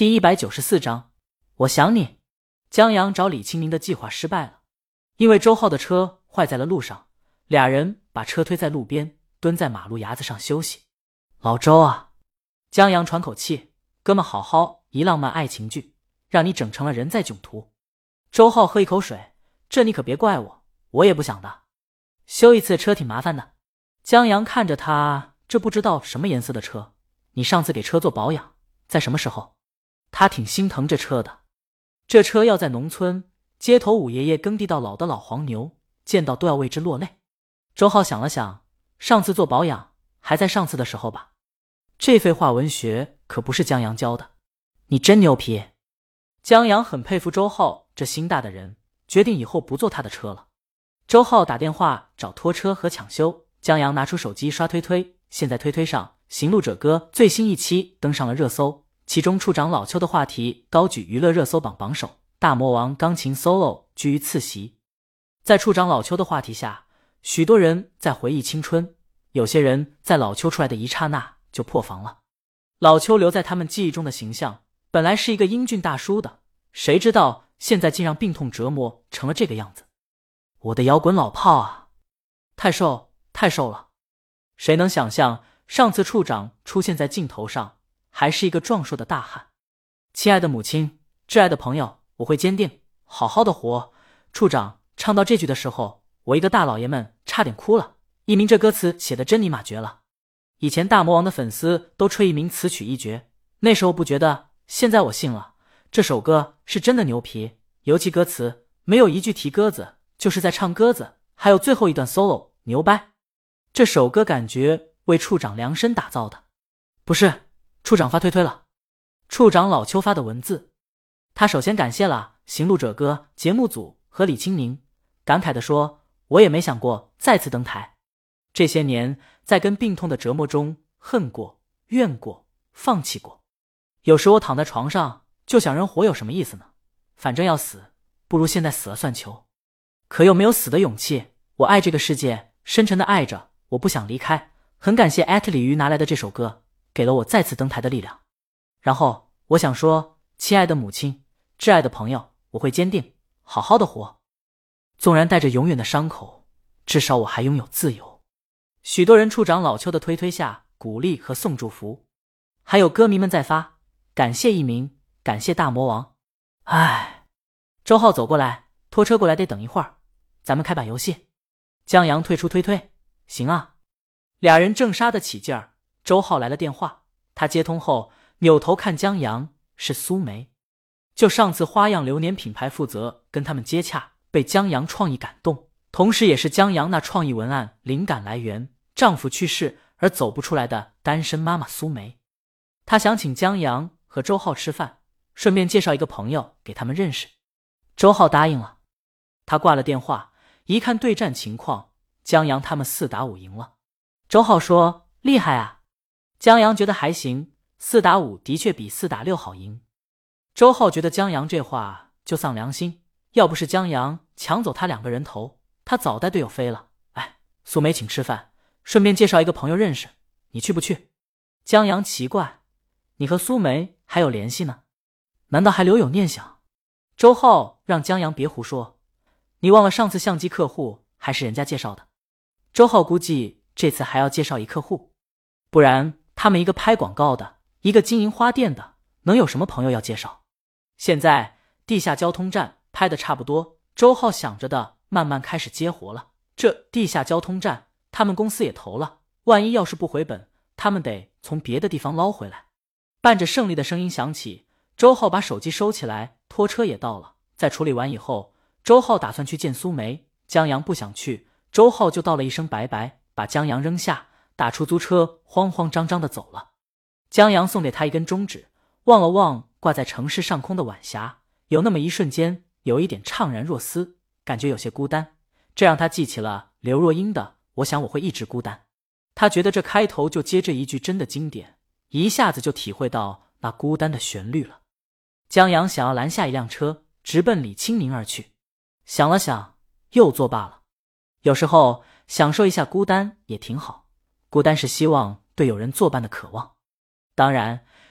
第194章，我想你。江阳找李青宁的计划失败了，因为周浩的车坏在了路上，俩人把车推在路边，蹲在马路牙子上休息。老周啊，江阳喘口气，哥们好好一浪漫爱情剧，让你整成了人在囧途。周浩喝一口水，这你可别怪我，我也不想的。修一次车挺麻烦的。江阳看着他，这不知道什么颜色的车，你上次给车做保养，在什么时候？他挺心疼这车的，这车要在农村街头五爷爷耕地到老的老黄牛，见到都要为之落泪。周浩想了想，上次做保养还在上次的时候吧。这废话文学可不是江阳教的，你真牛皮。江阳很佩服周浩这心大的人，决定以后不坐他的车了。周浩打电话找拖车和抢修，江阳拿出手机刷推推，现在推推上《行路者歌》最新一期登上了热搜，其中处长老邱的话题高举娱乐热搜榜首，大魔王钢琴 solo 居于次席。在处长老邱的话题下，许多人在回忆青春，有些人在老邱出来的一刹那就破防了。老邱留在他们记忆中的形象本来是一个英俊大叔的，谁知道现在竟让病痛折磨成了这个样子。我的摇滚老炮啊，太瘦太瘦了。谁能想象上次处长出现在镜头上还是一个壮硕的大汉。亲爱的母亲，挚爱的朋友，我会坚定好好的活。处长唱到这句的时候，我一个大老爷们差点哭了。一鸣这歌词写得真尼玛绝了。以前大魔王的粉丝都吹一鸣词曲一绝，那时候不觉得，现在我信了，这首歌是真的牛皮，尤其歌词没有一句提鸽子，就是在唱鸽子，还有最后一段 solo 牛掰。这首歌感觉为处长量身打造的。不是，处长发推推了。处长老邱发的文字，他首先感谢了《行路者歌》节目组和李青宁，感慨地说，我也没想过再次登台。这些年在跟病痛的折磨中恨过、怨过、放弃过，有时我躺在床上就想人活有什么意思呢？反正要死，不如现在死了算球。可又没有死的勇气，我爱这个世界，深沉的爱着，我不想离开。很感谢李鱼拿来的这首歌，给了我再次登台的力量。然后我想说，亲爱的母亲，挚爱的朋友，我会坚定好好的活。纵然带着永远的伤口，至少我还拥有自由。许多人处长老邱的推下鼓励和送祝福，还有歌迷们在发感谢一鸣，感谢大魔王。唉，周浩走过来，拖车过来得等一会儿，咱们开把游戏。江阳退出推，行啊。俩人正杀得起劲儿，周浩来了电话，他接通后扭头看江阳，是苏梅。就上次花样流年品牌负责跟他们接洽，被江阳创意感动，同时也是江阳那创意文案灵感来源，丈夫去世而走不出来的单身妈妈苏梅。他想请江阳和周浩吃饭，顺便介绍一个朋友给他们认识。周浩答应了。他挂了电话，一看对战情况，江阳他们4打5赢了。周浩说，厉害啊。江阳觉得还行，4打5的确比4打6好赢。周浩觉得江阳这话就丧良心，要不是江阳抢走他2个人头，他早带队友飞了。哎，苏梅请吃饭，顺便介绍一个朋友认识，你去不去？江阳奇怪，你和苏梅还有联系呢？难道还留有念想？周浩让江阳别胡说，你忘了上次相机客户还是人家介绍的。周浩估计这次还要介绍一客户，不然他们一个拍广告的，一个经营花店的，能有什么朋友要介绍？现在地下交通站拍的差不多，周浩想着的慢慢开始接活了。这地下交通站他们公司也投了，万一要是不回本，他们得从别的地方捞回来。伴着胜利的声音响起，周浩把手机收起来，拖车也到了。在处理完以后，周浩打算去见苏梅，江阳不想去，周浩就道了一声拜拜，把江阳扔下，打出租车慌慌张张地走了。江阳送给他一根中指，望了望挂在城市上空的晚霞，有那么一瞬间有一点怅然若失，感觉有些孤单，这让他记起了刘若英的我想我会一直孤单。他觉得这开头就接这一句真的经典，一下子就体会到那孤单的旋律了。江阳想要拦下一辆车，直奔李青宁而去，想了想又作罢了。有时候享受一下孤单也挺好，孤单是希望对有人作伴的渴望。当然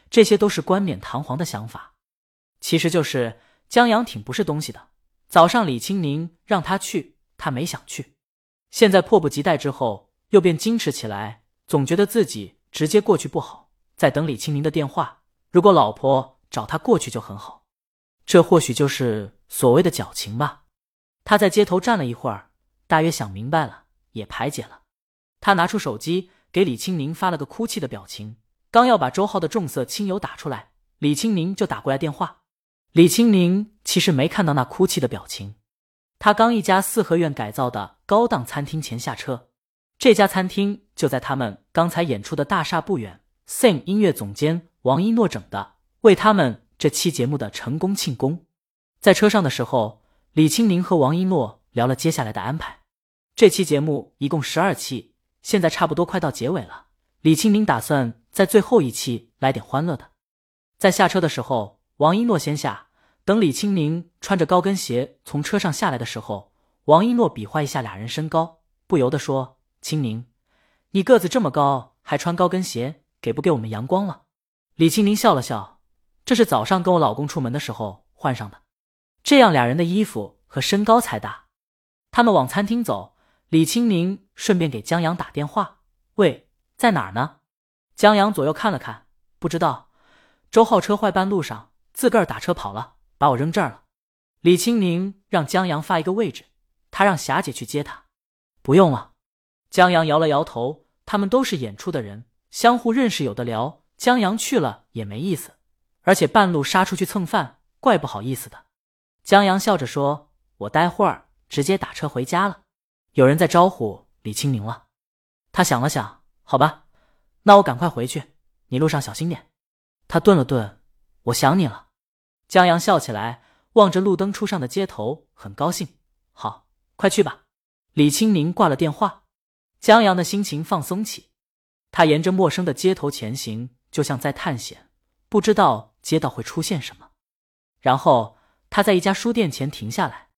这些都是冠冕堂皇的想法。其实就是江阳挺不是东西的，早上李青宁让他去，他没想去，现在迫不及待之后又变矜持起来，总觉得自己直接过去不好，在等李青宁的电话，如果老婆找他过去就很好。这或许就是所谓的矫情吧。他在街头站了一会儿，大约想明白了，也排解了。他拿出手机给李青宁发了个哭泣的表情，刚要把周浩的重色轻友打出来，李青宁就打过来电话。李青宁其实没看到那哭泣的表情，他刚一家四合院改造的高档餐厅前下车，这家餐厅就在他们刚才演出的大厦不远， Sam 音乐总监王一诺整的，为他们这期节目的成功庆功。在车上的时候，李青宁和王一诺聊了接下来的安排。这期节目一共12期，现在差不多快到结尾了，李青宁打算在最后一期来点欢乐的。在下车的时候，王一诺先下，等李青宁穿着高跟鞋从车上下来的时候，王一诺比划一下俩人身高，不由得说，青宁，你个子这么高还穿高跟鞋，给不给我们阳光了？李青宁笑了笑，这是早上跟我老公出门的时候换上的，这样俩人的衣服和身高才搭。他们往餐厅走，李青宁顺便给江阳打电话，喂，在哪儿呢？江阳左右看了看，不知道，周浩车坏半路上自个儿打车跑了，把我扔这儿了。李青宁让江阳发一个位置，他让霞姐去接他。不用了。江阳摇了摇头，他们都是演出的人，相互认识有的聊，江阳去了也没意思，而且半路杀出去蹭饭，怪不好意思的。江阳笑着说，我待会儿直接打车回家了。有人在招呼李青宁了。他想了想，好吧，那我赶快回去，你路上小心点。他顿了顿，我想你了。江阳笑起来，望着路灯初上的街头，很高兴。好，快去吧。李青宁挂了电话，江阳的心情放松起。他沿着陌生的街头前行，就像在探险，不知道街道会出现什么。然后他在一家书店前停下来，